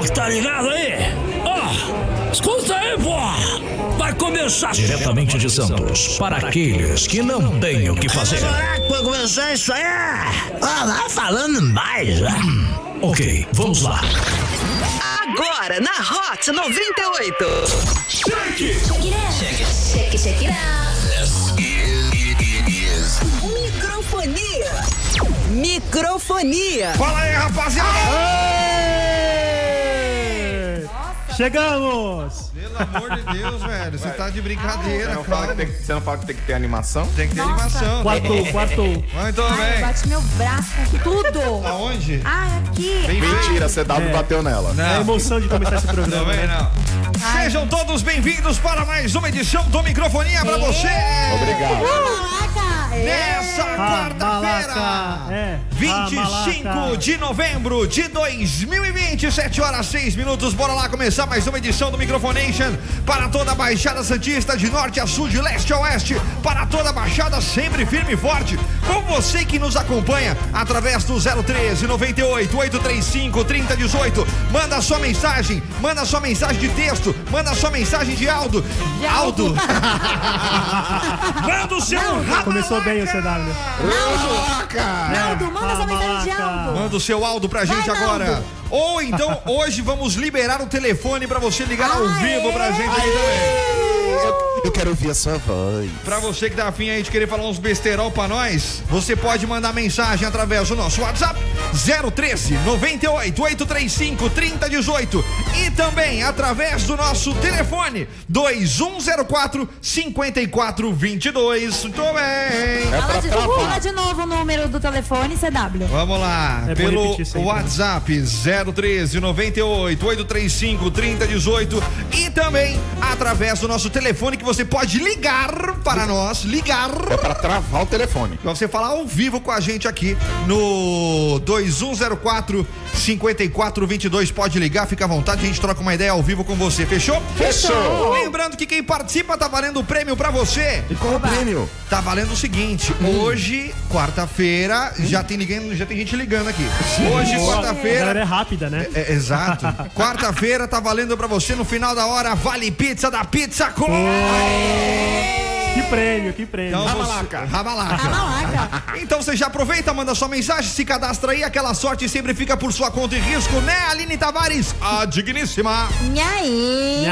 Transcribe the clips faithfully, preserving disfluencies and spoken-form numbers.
que tá ligado aí? Ó, oh, escuta aí, pô. Vai começar diretamente de Santos, para aqueles que não têm o que fazer. Será que vai começar isso aí? Ah, vai falando mais, né? Ok, vamos lá. Agora na Hot noventa e oito. Shake! Shake it out. Shake it, shake it, shake it out. Microfonia. Microfonia. Fala aí, rapaziada. Aê! Chegamos! Pelo amor de Deus, velho. Você tá de brincadeira, Você não, cara. fala que tem, você não fala que tem que ter animação? Tem que ter Nossa. animação. Quartou, quartou. Muito Ai, bem. bate meu braço com tudo. Aonde? Ai, aqui. Bem Mentira, C W É. bateu nela. É a Não. emoção de começar esse programa, Também né? não. Sejam todos bem-vindos para mais uma edição do Microfonia pra você. Obrigado. Caraca! Nessa Ah, quarta-feira, malaca. É. vinte e Ah, cinco malaca. de novembro de dois mil e vinte, sete horas seis minutos. Bora lá começar mais uma edição do Microfonation para toda a Baixada Santista, de norte a sul, de leste a oeste, para toda a Baixada, sempre firme e forte. Com você que nos acompanha através do zero treze, noventa e oito, oito três cinco, trinta dezoito. Manda sua mensagem, manda sua mensagem de texto, manda sua mensagem de áudio. Áudio. Manda o seu Começou bem o C W. Naldo, manda essa mensagem de Aldo. Manda o seu áudio pra gente Vai, agora. Naldo. Ou então, hoje vamos liberar o telefone pra você ligar ao Aê. vivo pra gente aqui também. Eu quero ouvir a sua voz. Pra você que tá afim aí de querer falar uns besterol pra nós, você pode mandar mensagem através do nosso WhatsApp zero treze, noventa e oito, oito três cinco, trinta dezoito e também através do nosso telefone dois um zero quatro, cinco quatro dois dois. Muito bem. É Fala pra de, travar. fala de novo o número do telefone, C W. Vamos lá, É bom pelo repetir sempre, né? WhatsApp zero treze, noventa e oito, oito três cinco, trinta dezoito e também através do nosso telefone que você pode ligar para nós, ligar É pra travar o telefone. pra você falar ao vivo com a gente aqui no dois um zero quatro, cinco quatro dois dois. Pode ligar, fica à vontade, a gente troca uma ideia ao vivo com você, fechou? Fechou. Lembrando que quem participa tá valendo o prêmio pra você. E qual o prêmio? Tá valendo o seguinte, hoje, quarta-feira, já tem ninguém, já tem gente ligando aqui. Hoje, A galera quarta-feira, é rápida, né? é, exato. Quarta-feira tá valendo pra você no final da hora, vale pizza da Pizza Com. Que prêmio, que prêmio. Então, Rabalaca. você- Rabalaca. Malaca. Então você já aproveita, manda sua mensagem, se cadastra aí, aquela sorte sempre fica por sua conta e risco, né, Aline Tavares? A digníssima. Nhaí.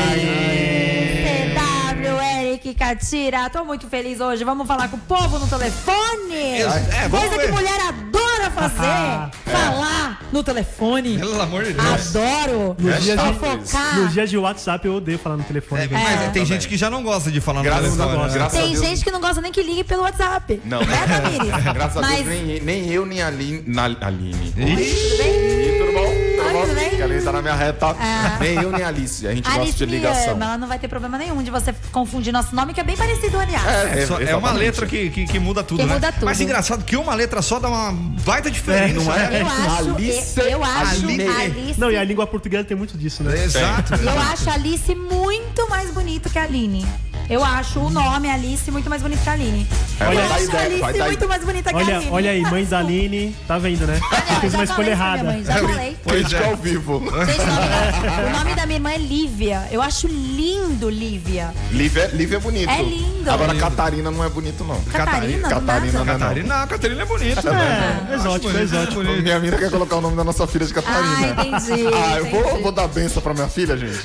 Nhaí. C W, Eric, Catira. Tô muito feliz hoje. Vamos falar com o povo no telefone. É, vamos Coisa ver. que mulher adora fazer. Falar no telefone. Pelo amor de Deus. Adoro. Nos dias de- Fofocar. Nos dias de WhatsApp eu odeio falar no telefone. É, viu? mas É. tem gente que já não gosta de falar no Graças, telefone. não né? gosta. graças a Tem Deus. gente que não gosta nem que ligue pelo WhatsApp. Não, Né, Tamires? Graças a Mas... Deus, nem, nem eu, nem a Aline. Na, Aline. Ixi. Tudo bem? Ih, tudo bom? Tudo Oi, bom? tudo bem? Que a Aline tá na minha reta. Ah. Nem eu, nem a Alice. A gente A gosta Alice de me ligação. ama, ela não vai ter problema nenhum de você confundir nosso nome, que é bem parecido, aliás. É, só- é uma exatamente. letra que, que, que muda tudo, Que né? muda tudo. Mas engraçado que uma letra só dá uma baita diferença, não é? né? Eu acho, Alice, eu, eu acho Aline. Alice. Não, e a língua portuguesa tem muito disso, né? Exato. Eu acho a Alice muito mais bonito que a Aline. Eu acho o nome Alice muito mais bonito que a Aline. É, eu vai dar acho a ideia, Alice vai dar muito mais bonita que a Olha, Aline. olha aí, mãe da Aline, tá vendo, né? Olha, Fez já uma escolha falei pra minha errada. mãe, já falei. Crítica ao vivo. Gente, o nome, da, o nome da minha irmã é Lívia. Eu acho lindo, Lívia. Lívia, Lívia é bonito. É lindo. Agora, Lindo. Catarina não é bonito, não. Catarina, do Catarina nada. não é, não. Catarina, não, Catarina é bonita. É, exótico, bonito, exótico. bonito. Minha mina quer colocar o nome da nossa filha de Ah, Catarina. entendi. Ah, eu vou, entendi. vou dar benção pra minha filha, gente.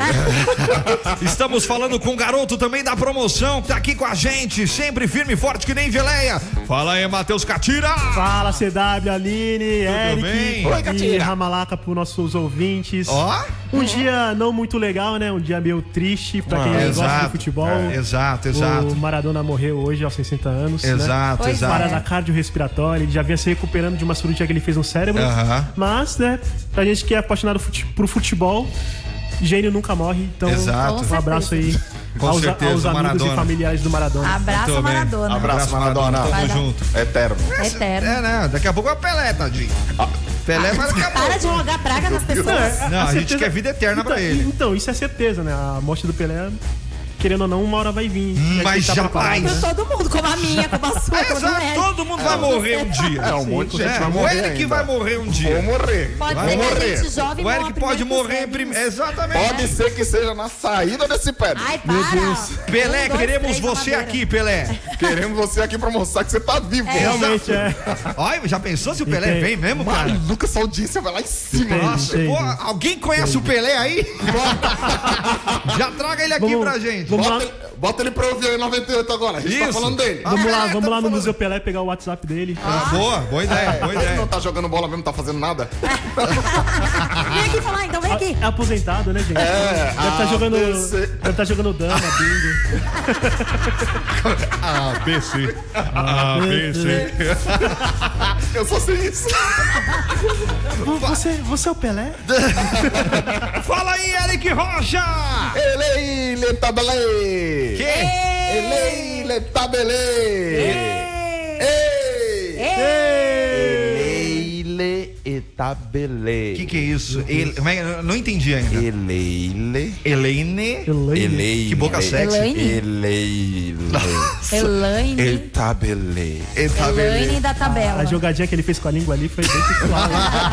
Estamos falando com o garoto também da promoção, que tá aqui com a gente, sempre firme e forte que nem geleia. Fala aí, Matheus Catira. Fala, C W, Aline, Eric bem? Oi, e Catira. Ramalaca pros nossos ouvintes. Ó. Um dia não muito legal, né? Um dia meio triste pra quem Ah, gosta exato. de futebol. É, exato, exato. O Maradona morreu hoje aos sessenta anos, né? Exato, Pois exato. Parada cardiorrespiratória, ele já vinha se recuperando de uma cirurgia que ele fez no cérebro. Aham. Mas, né, pra gente que é apaixonado fute- por futebol, gênio nunca morre. Então, Exato. um abraço aí Com aos, certeza, aos amigos Maradona. e familiares do Maradona. Abraço, Muito bem. Maradona. Abraço, Maradona. Tamo Vai dar. junto. Eterno. Eterno. É, né? Daqui a pouco é o Pelé, tadinho. Pelé vai daqui a pouco. Para de jogar praga nas pessoas. Não, a gente certeza- quer vida eterna então, pra ele. Então, isso é certeza, né? A morte do Pelé querendo ou não, uma hora vai vir. Mas tá jamais. Com todo mundo, como a minha, como a sua, como a do Exato, Eric. todo mundo vai morrer um dia. É, um monte de gente É, vai o morrer Eric ainda. vai morrer um dia. Vou morrer. Pode Vai ser que a morrer. gente jovem O morra Eric pode primeiro que morrer os primeiro. velhos. Exatamente. Pode ser que seja na saída desse pé. Ai, para. Pelé, Um, dois, queremos três, você madeira. aqui, Pelé. Queremos você aqui pra mostrar que você tá vivo. Realmente, é. Olha, já pensou se o Pelé Entendi. vem mesmo, cara? Maluca, essa audiência vai lá em cima. Entendi. Nossa, Entendi. pô, alguém conhece o Pelé aí? Já traga ele aqui Vamos- pra gente. vamos Bota lá. ele, bota ele pra eu ver em noventa e oito agora. A gente tá Isso. falando dele. Ah, Vamos lá, é, vamos tá lá no falando. Museu Pelé pegar o WhatsApp dele. Ah, boa, boa ideia, boa Ele não ideia. tá jogando bola mesmo, não tá fazendo nada. Vem aqui falar, então vem aqui. É aposentado, né, gente? É, Deve estar A, jogando. B, C. Deve estar jogando dama, bingo. A, B, C. A, B, C. Eu só sei isso. Você, você é o Pelé? Fala aí, Eric Rocha! Ele, ele tá belê. Que? Ele, ele tá belê. Ei. Ele, ele tá belê. Que que é isso? Ele, como é que- eu não entendi ainda. Ele, Elaine. Elaine. ele. Que boca sexy. Elaine. Ele, Elaine. ele tá belê. Ele tá Elaine beleza. da tabela. A jogadinha que ele fez com a língua ali foi bem sexual.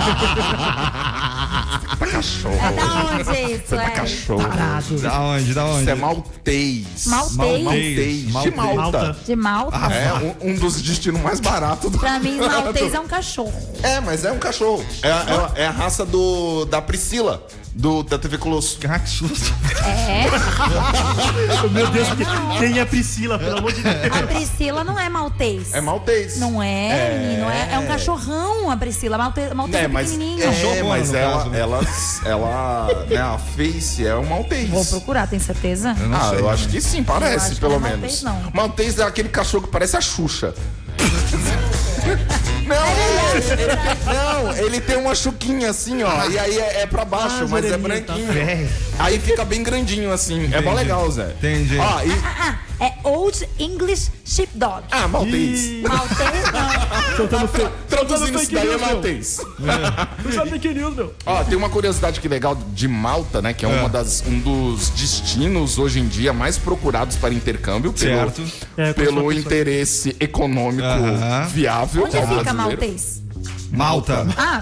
Tá cachorro. É da onde isso, Você tá é? cachorro. Da onde, da onde? Isso é maltês. Maltês? Maltês. De Maltês. Malta. Malta. De Malta? É um, um dos destinos mais baratos do Pra mim, maltês é um cachorro. É, mas é um cachorro. É, a- é a- é a raça do, da Priscila, do, da T V Colosso. Ah, que susto. É. Meu Deus, que- quem é a Priscila, pelo amor de Deus? A Priscila não é maltês. É maltês. Não é, É. menino. É, é um cachorrão, a Priscila. Maltês, maltês é, É, mas, pequenininho. é, Cachorro, mas no ela, caso, né? ela, ela, né, a Face é um maltês. Vou procurar, tem certeza? não Ah, sei, eu né? acho que sim, Eu parece, acho que pelo não é menos. maltês, não. Maltês é aquele cachorro que parece a Xuxa. Não, É ele, ele tem, não, ele tem uma chuquinha assim, ó. E aí é, é pra baixo, Ah, mas é orelhinhas, tá. branquinho. Véi. Aí fica bem grandinho assim. É bom legal, Zé. Entendi. Ó, e, Ah, é Old English Sheepdog. ah, maltês. Ih, Maltês não. soltando fe... Traduzindo isso fake daí é news, meu. maltês. Isso é fake news, meu. Ó, tem uma curiosidade que legal de Malta, né? Que é, uma das, um dos destinos hoje em dia mais procurados para intercâmbio. Pelo, Certo. É, pelo pessoa- interesse econômico Aham. viável. Onde ao fica brasileiro. Maltês? Malta. Ah.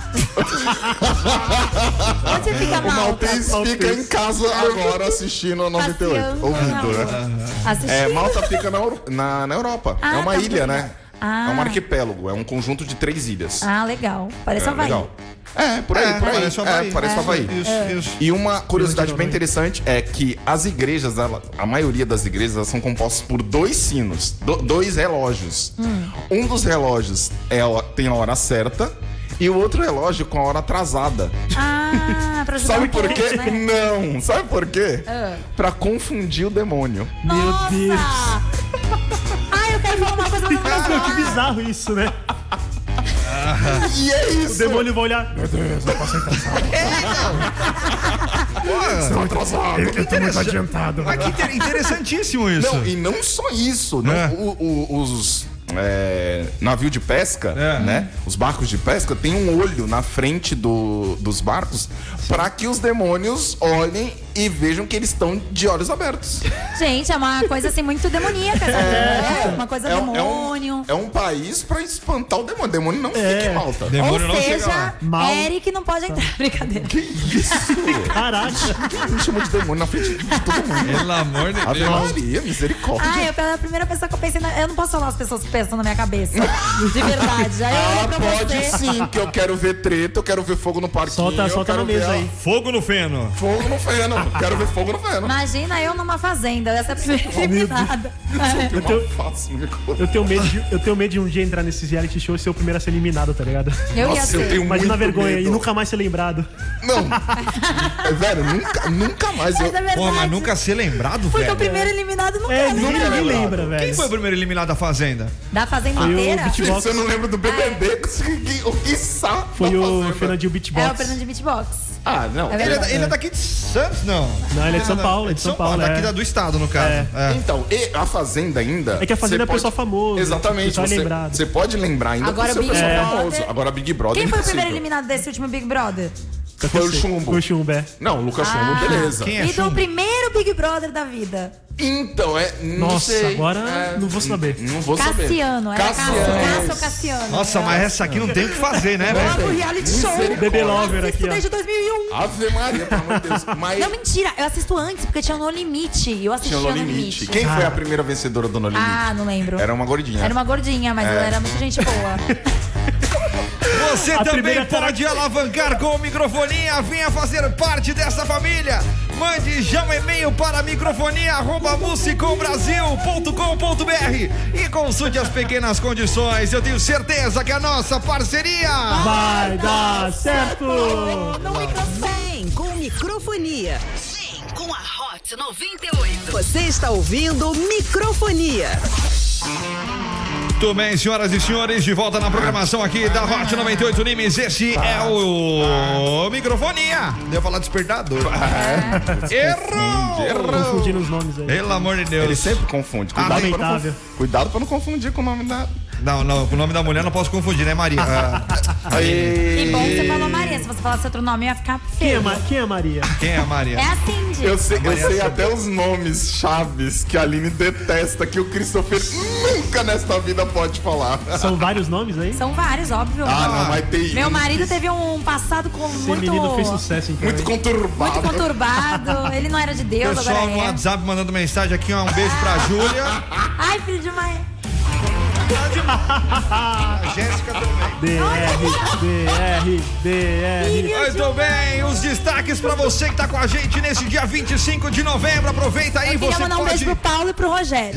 Onde fica O Malta? Maltês fica em casa agora assistindo a noventa e oito. Passeando Ouvindo, na né? rua. Assistindo. É, Malta fica na, Euro- na, na Europa. Ah, é uma tá ilha, bom. né? Ah. É um arquipélago, é um conjunto de três ilhas. Ah, legal. Parece é, Havaí. legal. É, por aí, É, por aí. parece o Havaí. É, parece o Havaí. Isso, isso. E uma curiosidade bem interessante é que as igrejas, ela- a maioria das igrejas, elas são compostas por dois sinos, do- dois relógios. Um dos relógios é, a- tem a hora certa e o outro relógio com a hora atrasada. Ah, pra ajudar Sabe um por pouco, quê? né? Não. Sabe por quê? Ah. Pra confundir o demônio. Meu Nossa! Deus. Ai, eu quero falar uma coisa, mas não posso Meu, que falar. bizarro isso, né? E é O isso. demônio vai olhar. Meu Deus, eu posso entrar. Estou atrasado. Eu tô muito adiantado. Mas que inter- interessantíssimo isso. Não, e não só isso. Não, É. o- o- os é, navios de pesca, É. né? Os barcos de pesca tem um olho na frente do- dos barcos para que os demônios olhem e vejam que eles estão de olhos abertos. Gente, é uma coisa assim muito demoníaca, sabe? É, uma coisa É, um- é demônio. um, é um país para espantar o demônio. O demônio não fica em Malta. Demônio Ou não chega lá. seja, Mal. Eric não pode entrar. Brincadeira. Caraca. Quem me chamou de demônio na frente de todo mundo? Pelo amor de Ave Deus. Maria, misericórdia. Ah, eu, a primeira pessoa que eu pensei. Na, eu não posso falar as pessoas que pensam na minha cabeça. De verdade. Aí eu Ah, olhei pra pode você. sim, que eu quero ver treta, eu quero ver fogo no parquinho. Solta, eu solta quero na mesa ver a- aí. Fogo no feno. Fogo no feno. Quero ver fogo no feno. Imagina eu numa fazenda. Essa é a primeira eliminada. Eu tenho, Faço, meu Deus. eu, tenho medo de, eu tenho medo de um dia entrar nesses reality shows e ser o primeiro a ser eliminado, tá ligado? Eu ia Nossa, eu ser. tenho Imagina a muito vergonha medo. e nunca mais ser lembrado. Não. É, velho, nunca, nunca mais. Eu... Mas é verdade. Pô, mas nunca ser lembrado, Porque velho. o primeiro eliminado nunca É, é ninguém, lembrado. ninguém lembrado. lembra, velho. Quem foi o primeiro eliminado da Fazenda? Da fazenda Foi o inteira? Beat- Gente, eu não lembro do B B B. O que sa? Foi o Fernandinho Beatbox. É o Fernando de Beatbox. Ah, não. É Ele é, verdade. da- ele é daqui de Santos, não? Não, ele é de São Paulo, é de São Paulo, Daqui é. da- do estado, no caso. É. É. Então, e a Fazenda ainda. É que a Fazenda você é pessoal famoso, Exatamente. pessoal é Você, lembrado. você pode lembrar ainda Agora por ser Big pessoal Brother. famoso. Agora Big Brother. Quem foi o impossível. primeiro eliminado desse último Big Brother? Foi o Chumbo. Foi o Chumbo, é. Não, o Lucas Chumbo, Ah. beleza. Quem é E do Chumbo? primeiro Big Brother da vida. Então, é. Não Nossa, sei. agora É, não vou saber. Não vou saber. Cassiano, era Cassiano. Cássio ou Cassiano? Nossa, mas essa aqui não tem o que fazer, né, velho? Logo, reality show. Bebê Lover aqui, Assisto ó. desde dois mil e um. Ave Maria, pelo amor de Deus. Mas Não, mentira. Eu assisto antes, porque tinha No Limite. Eu assistia tinha No No Limite. Limite. Quem foi a primeira vencedora do No Limite? Ah, não lembro. Era uma gordinha. Era uma gordinha, mas É. ela era muito gente boa. Você A também primeira pode alavancar com o Microfonia. Venha fazer parte dessa família. Mande já um e-mail para microfonia arroba musicombrasil ponto com ponto br e consulte as pequenas condições. Eu tenho certeza que a nossa parceria Vai dar certo! Não Vem com Microfonia. Vem com a Hot noventa e oito. Você está ouvindo Microfonia. Muito bem, senhoras e senhores, de volta na programação aqui da Hot noventa e oito Nimes. Esse é o Microfonia. Deu falar despertador. Errou! Errou! Confundindo os nomes aí. Pelo amor de Deus. Ele sempre confunde. Cuidado, pra não, Lamentável. conf- cuidado pra não confundir com o nome da. Não, não, com o nome da mulher não posso confundir, né, Maria? Ah, Que bom que você falou Maria. Se você falasse outro nome, ia ficar Quem é, feio. Ma- quem é Maria? quem é a Maria? É a Cindy. Eu sei, eu Maria sei Santa. até os nomes chaves que a Aline detesta, que o Christopher nunca nesta vida pode falar. São vários nomes aí? São vários, óbvio. Ah, não, mas tem. Meu um marido que- teve um passado com Esse muito... menino fez sucesso, então. Muito hein? conturbado. Muito conturbado. Ele não era de Deus, Pessoal agora no é. WhatsApp mandando mensagem aqui, ó, um beijo pra Júlia. Ai, filho de mãe. A Jéssica também. D R, D R, D R. Muito bem, os destaques pra você que tá com a gente nesse dia vinte e cinco de novembro. Aproveita aí, Eu queria você mandar um pode... beijo pro Paulo e pro Rogério.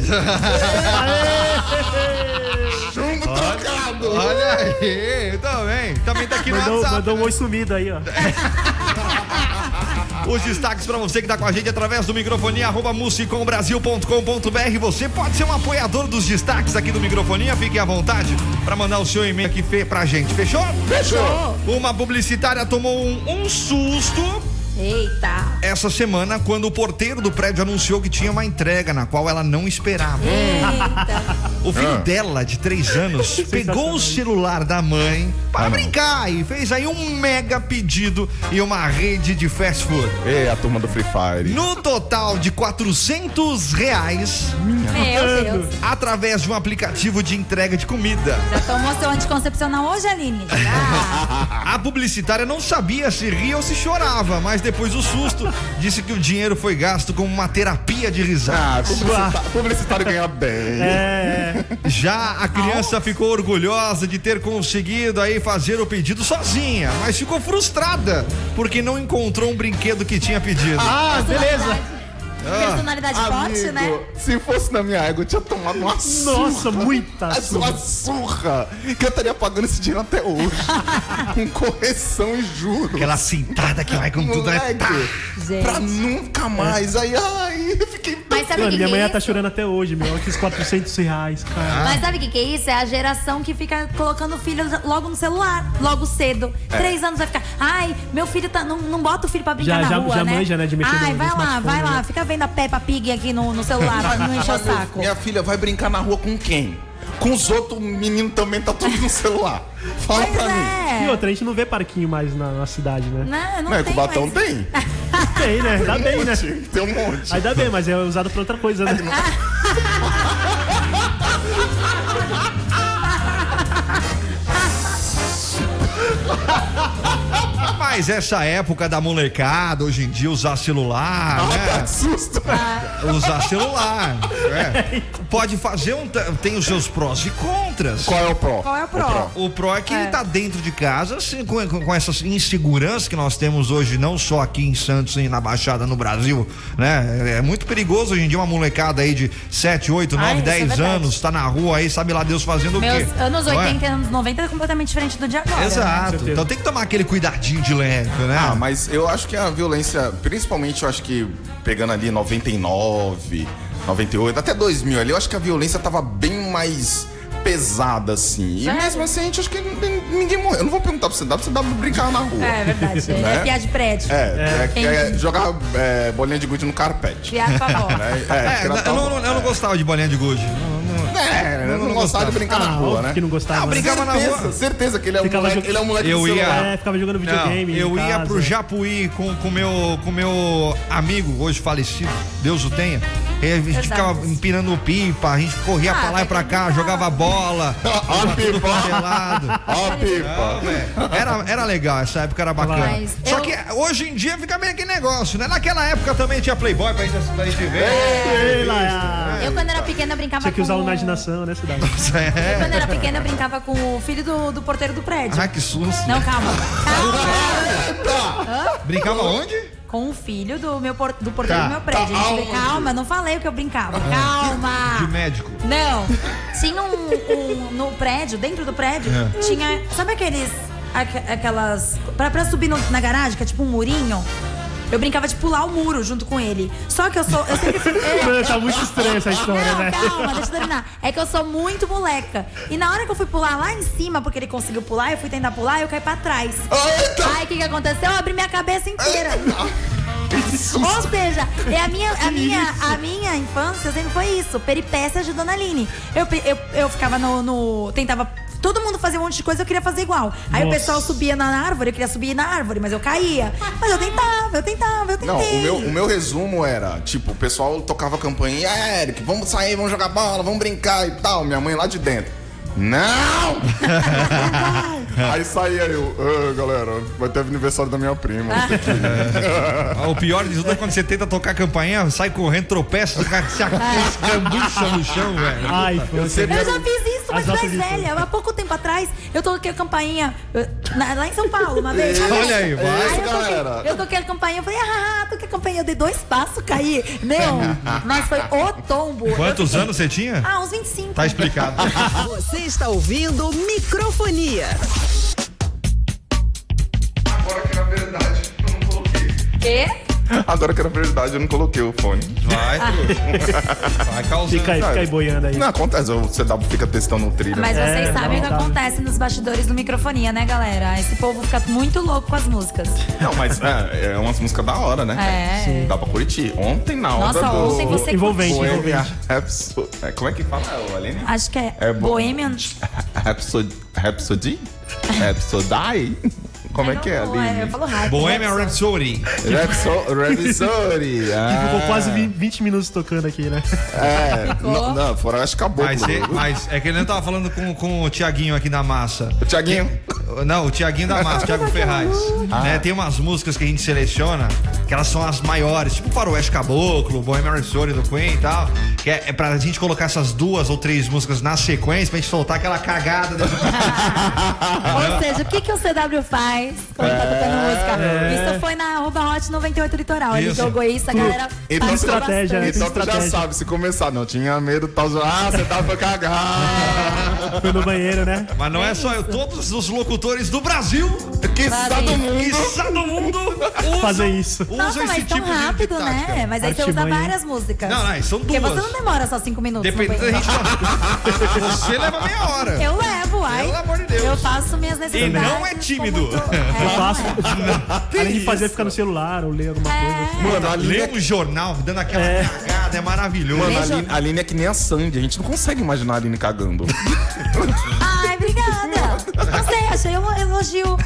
Chumbo trocado. Olha aí, também. Também tá aqui no Mandou, WhatsApp. mandou um né? oi sumido aí, ó. Os destaques pra você que tá com a gente através do microfonia arroba musicombrasil ponto com ponto br. Você pode ser um apoiador dos destaques aqui do Microfonia. Fique à vontade pra mandar o seu e-mail aqui fe- pra gente. Fechou? Fechou. Uma publicitária tomou um, um susto Eita. essa semana quando o porteiro do prédio anunciou que tinha uma entrega na qual ela não esperava. Eita. O filho Ah. dela, de três anos, pegou o celular da mãe para brincar e fez aí um mega pedido em uma rede de fast food. Ei, a turma do Free Fire. No total de quatrocentos reais, Meu Deus. através de um aplicativo de entrega de comida. Já tomou seu anticoncepcional hoje, Aline? Já. A publicitária não sabia se ria ou se chorava, mas depois do susto, disse que o dinheiro foi gasto com uma terapia de Ah, risada. publicitário, publicitário ganha bem. É. Já a criança ficou orgulhosa de ter conseguido aí fazer o pedido sozinha, mas ficou frustrada porque não encontrou um brinquedo que tinha pedido. Ah, beleza. Personalidade forte, né? Amigo, se fosse na minha égua, eu tinha tomado uma surra. Nossa, muita Uma surra. surra. Que eu estaria pagando esse dinheiro até hoje. Com correção e juros. Aquela cintada que vai com tudo, né? Moleque, Tá. Gente. pra nunca mais. Aí, ai, eu fiquei... Mas sabe o Mano, que, minha que mãe é tá isso? chorando até hoje, meu. Aqueles quatrocentos reais, cara. Mas sabe o que, que é isso? É a geração que fica colocando o filho logo no celular, logo cedo. É. Três anos vai ficar. Ai, meu filho tá. Não, não bota o filho pra brincar Já- na já- rua, já né? manja, né, de mexer Ai, no- vai no lá, smartphone, vai lá. né? Fica vendo a Peppa Pig aqui no, no celular, pra não encher o saco. Minha filha vai brincar na rua com quem? Com os outros meninos também, tá tudo no celular. Fala Pois pra mim. é. E outra, a gente não vê parquinho mais na, na cidade, né? Não, não Não, é tem que o Batão mais. tem. Tem, né? Dá bem, né? Tem um monte. Aí dá bem, mas é usado pra outra coisa, né? Mas essa época da molecada, hoje em dia, usar celular, Ah, né? que susto. Usar celular. é. Pode fazer um. Tem os seus prós e contras. Qual é o pró? Qual é o pró? O pró é que É. ele tá dentro de casa, assim, com, com, com essa insegurança que nós temos hoje, não só aqui em Santos e na Baixada no Brasil, né? É muito perigoso hoje em dia uma molecada aí de sete, oito, Ai, nove, isso é dez verdade. anos, tá na rua aí, sabe lá Deus fazendo o Meus quê? anos Não é? oitenta e anos noventa é completamente diferente do de agora. né? Exato. certeza. Então tem que tomar aquele cuidadinho de leve, né? Ah, mas eu acho que a violência, principalmente eu acho que pegando ali noventa e nove, noventa e oito, até dois mil ali, eu acho que a violência tava bem mais pesada, assim. E Sério? mesmo assim, a gente acho que ninguém, ninguém morreu. Eu não vou perguntar pra você, dá pra você dar pra brincar na rua. É verdade. É, Né? é piada de prédio. É, é, é, é Entendi. jogar é, bolinha de gude no carpete. Piada pra avó. Né? É, porque ela eu, tá não, bom. eu não gostava de bolinha de gude. É, ele não, não gostava de brincar Ah, na rua, óbvio né? que não gostava. Ah, né? brincava na certeza, rua. certeza que ele é um Ficava moleque, jog- ele é um moleque Eu do ia- celular. É, ficava jogando Não, videogame. eu em ia casa. pro Japuí com o meu, com meu amigo, hoje falecido, Deus o tenha. E a gente Verdade. ficava empinando pipa, a gente corria Ah, pra lá e pra cá, jogava bola. Ó a pipa, pelado. ó a pipa. Velho, Era, era legal, essa época era bacana. Mas Só eu- que hoje em dia fica meio aquele negócio, né? Naquela época também tinha Playboy pra gente, pra gente ver. Sei lá, Eu, quando era pequena, eu brincava Tinha que com... usar a imaginação, né, cidade? Eu, É. quando era pequena, eu brincava com o filho do, do porteiro do prédio. Ai, que susto. Não, calma. Calma. Brincava onde? Com o filho do, meu por, do porteiro Tá. do meu prédio. A gente, calma, não falei o que eu brincava. Calma. De médico. Não. Tinha um, um- no prédio, dentro do prédio, É. tinha. Sabe aqueles. aqu- aquelas. Pra, pra subir no- na garagem, que é tipo um murinho? Eu brincava de pular o muro junto com ele. Só que eu sou. Eu sempre fui. é, Mano, tá muito estranha essa história, não, né? calma, deixa eu terminar. É que eu sou muito moleca. E na hora que eu fui pular lá em cima, porque ele conseguiu pular, eu fui tentar pular e eu caí pra trás. Eita! Aí o que, que aconteceu? Eu abri minha cabeça inteira. Ou seja, é a minha, a, minha, a minha infância sempre foi isso, peripécias de Dona Aline. Eu, pe- eu, eu ficava no, no. Tentava. Todo mundo fazia um monte de coisa, eu queria fazer igual. Aí Nossa. o pessoal subia na árvore, eu queria subir na árvore, mas eu caía. Mas eu tentava, eu tentava, eu tentei. Não, o meu, o meu resumo era, tipo, o pessoal tocava a campainha, e ah, Eric, vamos sair, vamos jogar bola, vamos brincar e tal. Minha mãe lá de dentro. Não! Aí saía eu, ah, galera, vai ter aniversário da minha prima. tem que ir." O pior de tudo é quando você tenta tocar a campainha, sai correndo, tropeça, se escambucha no chão, velho. Ai, foi. Eu já fiz isso, mas As nossas mais velha. Há pouco tempo atrás, eu toquei a campainha eu- na- lá em São Paulo, uma vez. Olha aí, vai. Aí eu galera. toquei, eu toquei a campainha, eu falei, ah, toquei a campainha, eu dei dois passos, caí. Meu, mas foi o tombo. Quantos Eu fiquei- anos você tinha? Ah, uns vinte e cinco. Tá explicado. Você está ouvindo Microfonia. Agora que era verdade, eu não coloquei. Quê? Agora que era verdade, eu não coloquei o fone. Vai, vai causando. Fica aí, fica aí boiando aí. Não acontece, o C W fica testando o trilha. Mas É, vocês sabem o que não, tá. acontece nos bastidores do Microfonia, né, galera? Esse povo fica muito louco com as músicas. Não, mas é, é umas músicas da hora, né? É. Dá pra curtir. Ontem na hora Nossa, do... ontem você Envolvente, curtiu. Bohemian envolvente. Rhapsody. É, como é que fala, Aline? Acho que é, É bom. Bohemian. Rhapsody? Rhapsody? Rhapsody? Como é que é, Não, Eu Aline? falo rápido. Bohemian Rhapsody. Rhapso- Rhapsody. Ah, Ficou quase vinte minutos tocando aqui, né? É, Ficou. não, não, fora acho que acabou. Mas, é- mas é que ele não tava falando com, com o Tiaguinho aqui da massa. O Thiaguinho. Não, o Tiaguinho da Massa, Thiago Ferraz. Né, tem umas músicas que a gente seleciona, que elas são as maiores, tipo Faroeste Caboclo, Bohemian Rhapsody do Queen e tal. Que é, é pra gente colocar essas duas ou três músicas na sequência, pra gente soltar aquela cagada. desse- Ou seja, o que, que o C W faz quando tá tocando música? Isso foi na arroba Hot noventa e oito Litoral. Ele Isso. jogou isso, a galera Então, participou estratégia, bastante. Então tu já estratégia. sabe, se começar, não tinha medo, tal, ah, você tava pra cagar. Foi no banheiro, né? Mas não é só eu, todos os locutores do Brasil, Que Fazem todo isso. mundo. quiçá do mundo, usam, Fazer isso. usam Nossa, esse mas tão tipo de- de rápido, tática. né? Mas aí você usa Artimanha. várias músicas. Não, não, são Porque duas. você não demora só cinco minutos. no Dependendo da banheiro. gente. Você leva meia hora. Eu levo, ai. Pelo amor de Deus. Eu faço minhas E necessidades. não é tímido. sou muito- Eu É, faço. não é. Além de fazer, ficar no celular ou ler alguma coisa. assim. Mano, a Aline, Lê é, um jornal, dando aquela cagada, é maravilhoso. mano, a Beijo. Aline, a Aline é que nem a Sandy. A gente não consegue imaginar a Aline cagando. Ai, obrigada. Não sei, achei um elogio.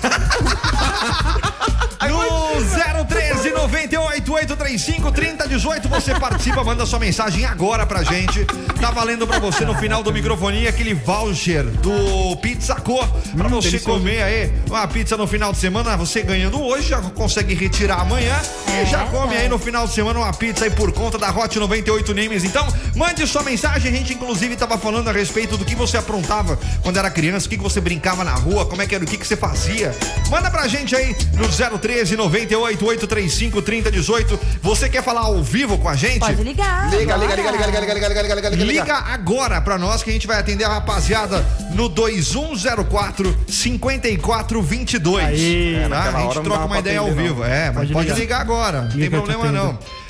No zero treze, noventa e oito, oito três cinco, trinta dezoito, você participa, manda sua mensagem agora pra gente. Tá valendo pra você no final do Microfonia aquele voucher do Pizza Co. Pra Hum, você delicioso. comer aí uma pizza no final de semana. Você ganhando hoje, já consegue retirar amanhã. É, e já come é. aí no final de semana uma pizza aí por conta da Hot noventa e oito Names. Então, mande sua mensagem. A gente, inclusive, tava falando a respeito do que você aprontava quando era criança, o que, que você brincava na rua, como é que era, o que, que você fazia. Manda pra gente aí no zero treze, noventa e oito, oito três cinco, trinta dezoito. Você quer falar ao vivo com a gente? Pode ligar. Liga, bora. liga, liga, liga, liga, liga, liga, liga, liga, liga, Liga agora pra nós que a gente vai atender a rapaziada no dois um zero quatro, cinco quatro dois dois. Aí, Tá? naquela A hora gente não troca dava uma pra ideia ao atender, vivo. não. É, mas Pode pode ligar. ligar agora. Não tem Liga que eu te problema não. atendo.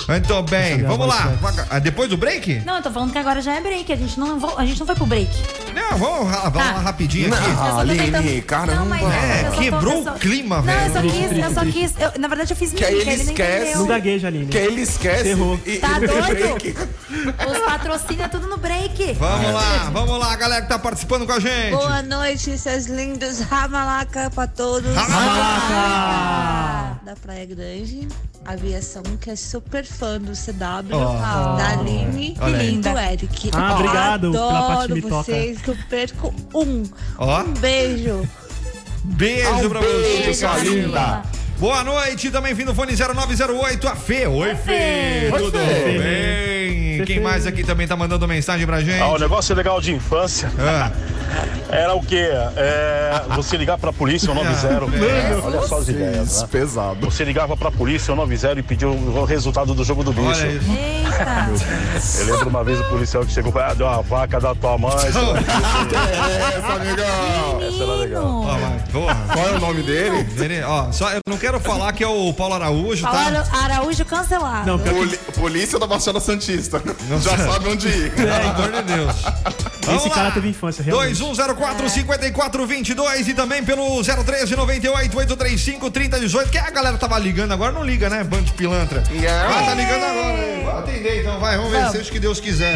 Muito bem, Essa vamos lá. voz, Ah, Depois do break? Não, eu tô falando que agora já é break. A gente não, vo- a gente não foi pro break. Não, vamos, ra- vamos Tá. lá rapidinho aqui. Eu só tô Aline, tentando- caramba. Não, mas É, eu só tô- quebrou eu só- o clima, Não, velho. eu só Triste, quis, eu só triste, quis. eu- na verdade, eu fiz Que aí mímica, ele ele não esquece. entendeu. Não gagueja, Aline. Que ele esquece. Errou. E, Tá e no doido? break. Os patrocínios é tudo no break. Vamos lá, vamos lá, galera que tá participando com a gente. Boa noite, seus lindos. Ramalaca pra todos. Ramalaca! Da Praia Grande, aviação que é super fã do C W, Oh. da Aline Olha aí. e do Eric. Ah, obrigado pela parte Adoro que me toca. vocês, que eu perco um. Ó. Um beijo. Beijo pra você, Beijo, sua Camila. linda. Boa noite, também vindo fone zero nove zero oito, a Fê. Oi, Fê. Oi, Tudo Fê. bem? Fê, Quem Fê. mais aqui também tá mandando mensagem pra gente? Ah, o negócio legal de infância Ah, era o quê? É, você ligar pra polícia, o nove zero. Ah, Olha só as ideias, Isso, né? pesado. Você ligava pra polícia, o nove zero, e pedia o resultado do jogo do bicho. olha isso. Eita. Eu lembro uma vez o policial que chegou e falou, ah, deu uma vaca da tua mãe. É essa, amigão. Essa era legal. Ó, mas, porra. Qual é o nome dele? Ele- Ó, só, eu não quero falar que é o Paulo Araújo, tá? Falaram Araújo cancelado. Não, pior que Poli- Polícia da Baixada Santista. Já sabe onde ir. Pelo amor de Deus. Vamos esse lá. cara teve infância, realmente. dois um zero quatro, cinco quatro dois dois e também pelo zero treze, noventa e oito, oito três cinco, trinta dezoito, que a galera tava ligando agora, não liga, né? Bando de pilantra. Ah, tá ligando agora. Hein? Vou atender então, vai, vamos ver, Vamos. seja o que Deus quiser.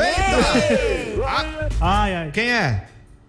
Eita! Ah, Ai, ai. quem é?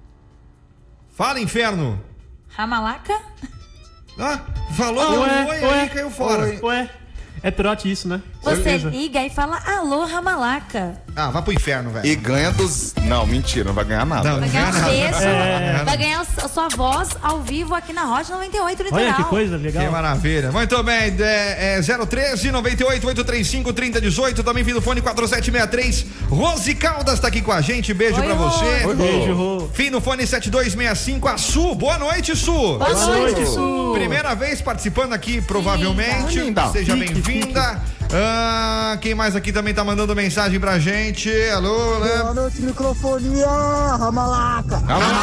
Fala, inferno. Ramalaca? Ah, falou, Ah, deu um ué, oi ué, aí, caiu fora. Ué, ué. É trote isso, né? Você Certeza. liga e fala alô, Ramalaca. Ah, vai pro inferno, velho. E ganha dos. Não, mentira, não vai ganhar nada. Não, Vai ganhar um nada. beijo, É. vai ganhar a sua voz ao vivo aqui na Hot noventa e oito Litoral. Olha que coisa Que legal. maravilha. Muito bem, é, é zero treze, noventa e oito, oito três cinco, trinta dezoito, também vindo fone quatro sete seis três. Rose Caldas tá aqui com a gente, beijo Oi, pra Rose. você. Oi, Beijo, Rô. Fim no fone sete dois seis cinco, a Su. Boa noite, Su. Boa noite, Su. Primeira vez participando aqui, provavelmente. Linda. Seja Fique, bem-vinda. Ah, quem mais aqui também tá mandando mensagem pra gente? Alô, né? Boa noite, microfonia, Ramalaca.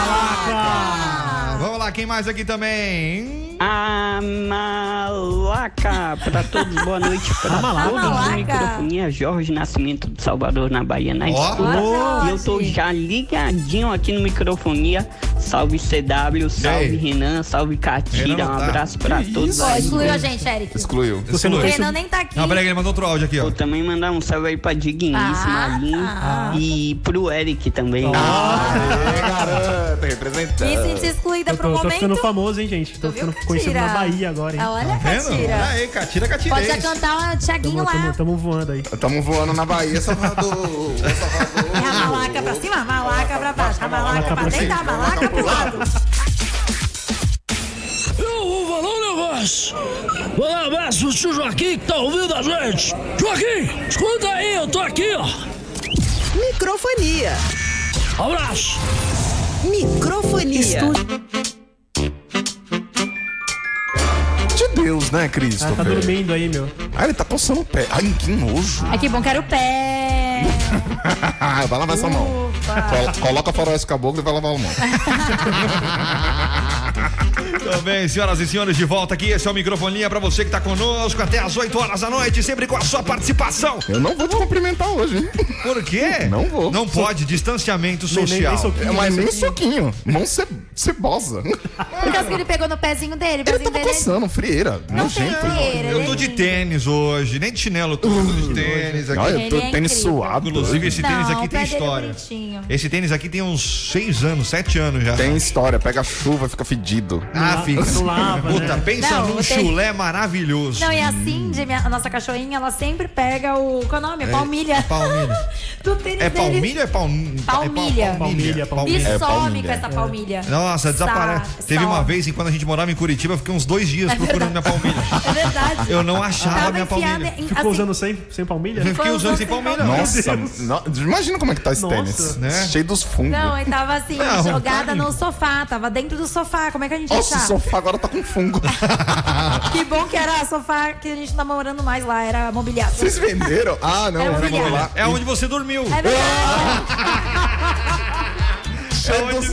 Ah, vamos lá, quem mais aqui também? Amalaca pra todos, boa noite pra Amalaca. todos do Amalaca. microfonia, Jorge Nascimento de Salvador, na Bahia, na Ó. escuta. Boa, E eu tô Jorge. já ligadinho aqui no microfonia. Salve C W, salve aí? Renan, salve Catira, Renan um não tá. abraço pra Que todos isso? Ó, aí. excluiu a gente, Eric. Excluiu. Você não O tem Renan nem tá aqui. Não, peraí, ele mandou outro áudio aqui, ó. Vou também mandar um salve aí pra Dignice, Ah, Marinho ah. e pro Eric também. Aê, garota, representando. Me senti excluída Eu por um tô, tô ficando momento. famoso, hein, gente? Tô Tu viu, ficando conhecido Catira? na Bahia agora, hein? Ah, Olha, Vendo? Olha Catira. aí, Catira, Pode Catirês. já cantar o Thiaguinho Tamo, tamo, lá. tamo voando aí. Tamo voando na Bahia, Salvador. Salvador. É a malaca pra cima, a malaca pra baixo, a malaca pra dentro, a malaca pro lado. Eu vou falar um negócio. Vou dar um abraço pro tio Joaquim que tá ouvindo a gente. Joaquim, escuta aí, eu tô aqui, ó. Microfonia. Abraço. Microfonia. De Deus, né, Ah, tá Christopher? dormindo aí, meu. Ah, ele tá coçando o pé. Ai, que nojo. Ai, que bom que era o pé. Vai lavar essa mão. Ufa. Col- Coloca faroeste caboclo e vai lavar a mão. Tudo bem, senhoras e senhores, de volta aqui. Esse é o Microfonia pra você que tá conosco até as oito horas da noite, sempre com a sua participação. Eu não vou te cumprimentar hoje, hein? Por quê? Não vou. Não pode, distanciamento Nem- nem- social. nem soquinho, É, mas nem nem soquinho. Mão ce- cebosa. Por causa que ele pegou no pezinho dele, o Ele pezinho tava dele. coçando, frieira. Não tem Nojento. frieira, Eu ele- tô de tênis hoje, nem de chinelo, eu tô de tênis aqui. Olha, eu tô Ele é tênis incrível. suado. Inclusive, esse tênis Não, aqui o tem pé dele é história. bonitinho. Esse tênis aqui tem uns seis anos, sete anos já. Tem história, pega chuva, fica fedido. Ah, fica. Não lava, Puta, né? pensa Não, num tem- chulé maravilhoso. Não, e a Cindy, minha- a nossa cachorrinha, ela sempre pega o. Qual é o nome? Palmilha. Palmilha. Do tênis É dele. palmilha ou é palmilha? Palmilha. Palmilha, E palmilha. É, some palmilha. com essa palmilha. Nossa, desaparece. Sa- Teve uma some. vez, enquanto a gente morava em Curitiba, eu fiquei uns dois dias É procurando minha palmilha. É verdade. Eu não achava Tava minha enfiada palmilha. em- Ficou assim, usando sem, sem palmilha? Eu fiquei usando sem sem palmilha. Nossa, Deus. no- imagina como é que tá esse Nossa. tênis. Né? Cheio dos fungos. Não, e tava assim, Não, jogada tá no sofá. Tava dentro do sofá. Como é que a gente ia Nossa, o achar? sofá agora tá com fungo. Que bom que era sofá que a gente não tá morando mais lá. Era mobiliado. Vocês venderam? Ah, não, É vamos mobiliário. lá. É onde você dormiu. É verdade. Cheio dos,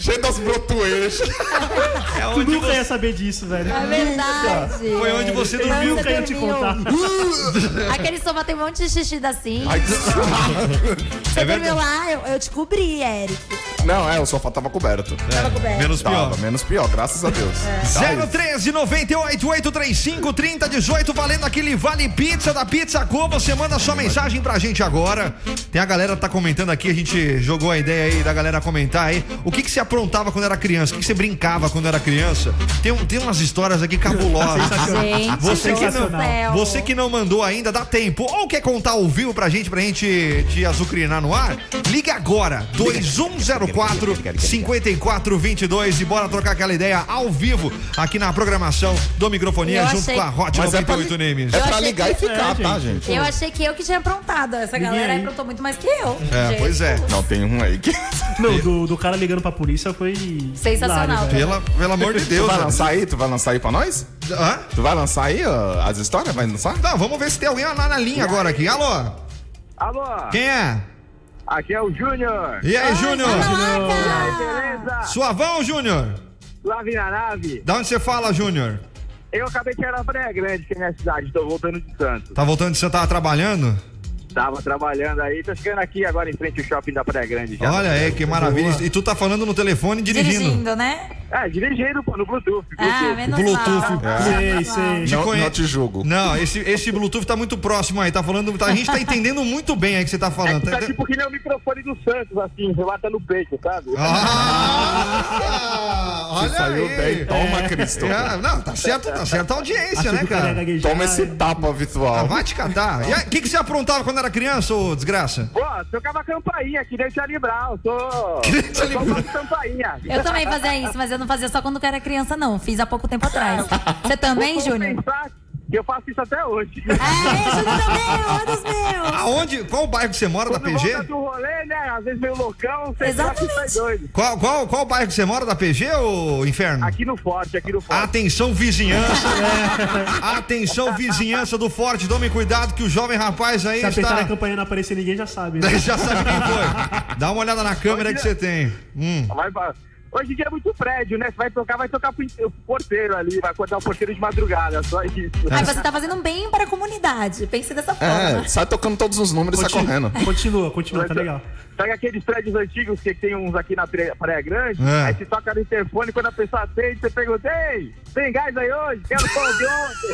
cheio das brotoeiras. É onde tu nunca você... ia saber disso, velho. É verdade. Foi onde você eu dormiu. Nunca ia te contar. Aquele sofá tem um monte de xixi assim. Ai, você é dormiu lá, eu, eu descobri, Eric. Não, é, o sofá tava coberto. É. Tava coberto. Menos pior. Tava, menos pior, graças a Deus. É. zero treze, noventa e oito, oito três cinco, trinta, dezoito, valendo aquele Vale Pizza da Pizza Co. Você manda sua mensagem pra gente agora. Tem a galera que tá comentando aqui, a gente jogou a ideia aí da galera comentar aí. O que que você aprontava quando era criança? O que que você brincava quando era criança? Tem, um, tem umas histórias aqui cabulosas. Gente, você, que não, você que não mandou ainda, dá tempo. Ou quer contar ao vivo pra gente, pra gente te azucrinar no ar? Liga agora, dois um zero quatro, cinco quatro dois dois e bora trocar aquela ideia ao vivo aqui na programação do Microfonia, eu junto achei... com a Hot noventa e oito Names. É pra ligar que... e ficar, é, tá, gente? Eu achei que eu que tinha aprontado. Essa galera aí aprontou muito mais que eu. É, gente. Pois é. Não, tem um aí que... Não, do, do cara ligando pra polícia foi... sensacional. Pela, pelo amor de Deus. Tu vai lançar aí? Tu vai lançar aí pra nós? Hã? Tu vai lançar aí ó, as histórias? Vai lançar? Não, vamos ver se tem alguém lá na linha agora aqui. Alô? Alô? Quem é? Aqui é o Júnior. E aí, Júnior? Beleza? Suavão, Júnior? Suave na nave. Da onde você fala, Júnior? Eu acabei de chegar na Praia Grande, que é minha cidade. Tô voltando de Santos. Tá voltando de você tava trabalhando? Tava trabalhando aí, tô chegando aqui agora em frente ao shopping da Praia Grande. Já. Olha aí, que maravilha. E tu tá falando no telefone dirigindo? Dirigindo, né? É, dirigindo, pô, no Bluetooth. Ah, Bluetooth. menos Bluetooth. mal. Sei, sei. Te Não, conhe... não te julgo. Não, esse, esse Bluetooth tá muito próximo aí, tá falando, tá, a gente tá entendendo muito bem aí que você tá falando. É, tá tipo que nem o microfone do Santos, assim, você mata no peito, sabe? Ah, olha saiu aí. bem, toma, Cristo. É, não, tá certo, tá certo a audiência, Achei né, que o cara ia cara? gaguejar. Toma esse tapa virtual. Ah, vai te catar. E o que, que você aprontava quando era criança, ô desgraça? Pô, tocava campainha, que nem o Charlie Brown, sou... eu sou de campainha. Eu também fazia isso, mas eu não fazia só quando eu era criança, não. Fiz há pouco tempo atrás. Você também, Júnior? Que eu faço isso até hoje. É, Júnior também, um dos meus. Aonde? Qual bairro que você mora, Quando da P G? volta do rolê, né? Às vezes meio loucão, você Exatamente. doido. Qual, qual, qual bairro que você mora, da P G, ô Inferno? Aqui no Forte, aqui no Forte. Atenção, vizinhança. Atenção, vizinhança do Forte. Tome cuidado que o jovem rapaz aí Se apertar está... na campanha e não aparecer ninguém, já sabe, né? Já sabe quem foi. Dá uma olhada na câmera que você tem. Hum. Vai, vai. Hoje em dia é muito prédio, né? Você vai tocar, vai tocar pro porteiro ali, vai acordar o porteiro de madrugada, só isso. Aí você tá fazendo um bem para a comunidade. Pense dessa forma. É, sai tocando todos os números e sai correndo. Continua, continua, tá legal. Sabe aqueles prédios antigos que tem uns aqui na Praia Grande? É. Aí você toca no interfone, quando a pessoa atende, você pergunta: ei, tem gás aí hoje? Quero pão de ontem.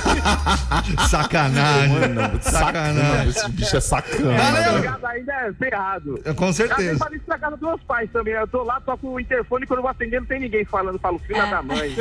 Sacanagem. Mano, Sacanagem. Esse bicho é sacana. Valeu. Casa ainda é ferrado. Com certeza. Eu falei isso pra casa dos meus pais também. Eu tô lá, toco o interfone, quando eu vou atender, não tem ninguém falando. Falo, filha da mãe.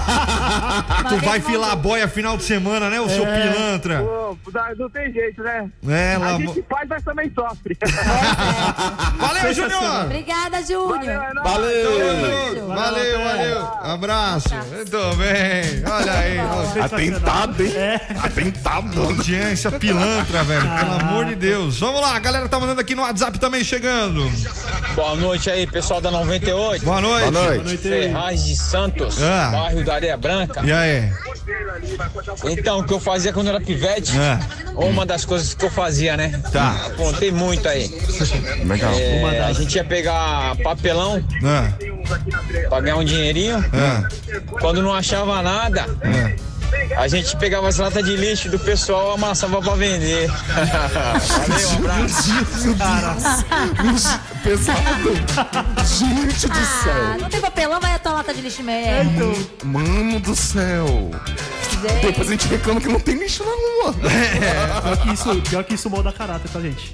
Tu vai filar a boia final de semana, né, o seu pilantra? Pô, não, não tem jeito, né? É, lá. A gente faz, mas também sofre. Valeu, Júnior! Obrigada, Júnior. Valeu! Valeu, valeu! Abraço! Muito bem! Olha aí! Atentado, hein? Atentado! Audiência pilantra, velho! Pelo amor de Deus! Vamos lá, a galera tá mandando aqui no WhatsApp também chegando! Boa noite aí, pessoal da noventa e oito. Boa noite! Boa noite! Ferraz de Santos, Ah. bairro da Areia Branca. E aí? Então, o que eu fazia quando eu era pivete, Ah. ou uma das coisas que eu fazia, né? Tá. Apontei muito aí. Legal. É, a gente ia pegar papelão Ah. pra ganhar um dinheirinho. Ah. Quando não achava nada, a gente pegava as latas de lixo do pessoal e amassava pra vender. Valeu, um abraço. Pesado. Gente do Ah, céu. não tem papelão, vai a tua lata de lixo mesmo. Mano do céu. Gente. Depois a gente reclama que não tem lixo na rua. Pior que isso, pior que isso molda caráter pra gente.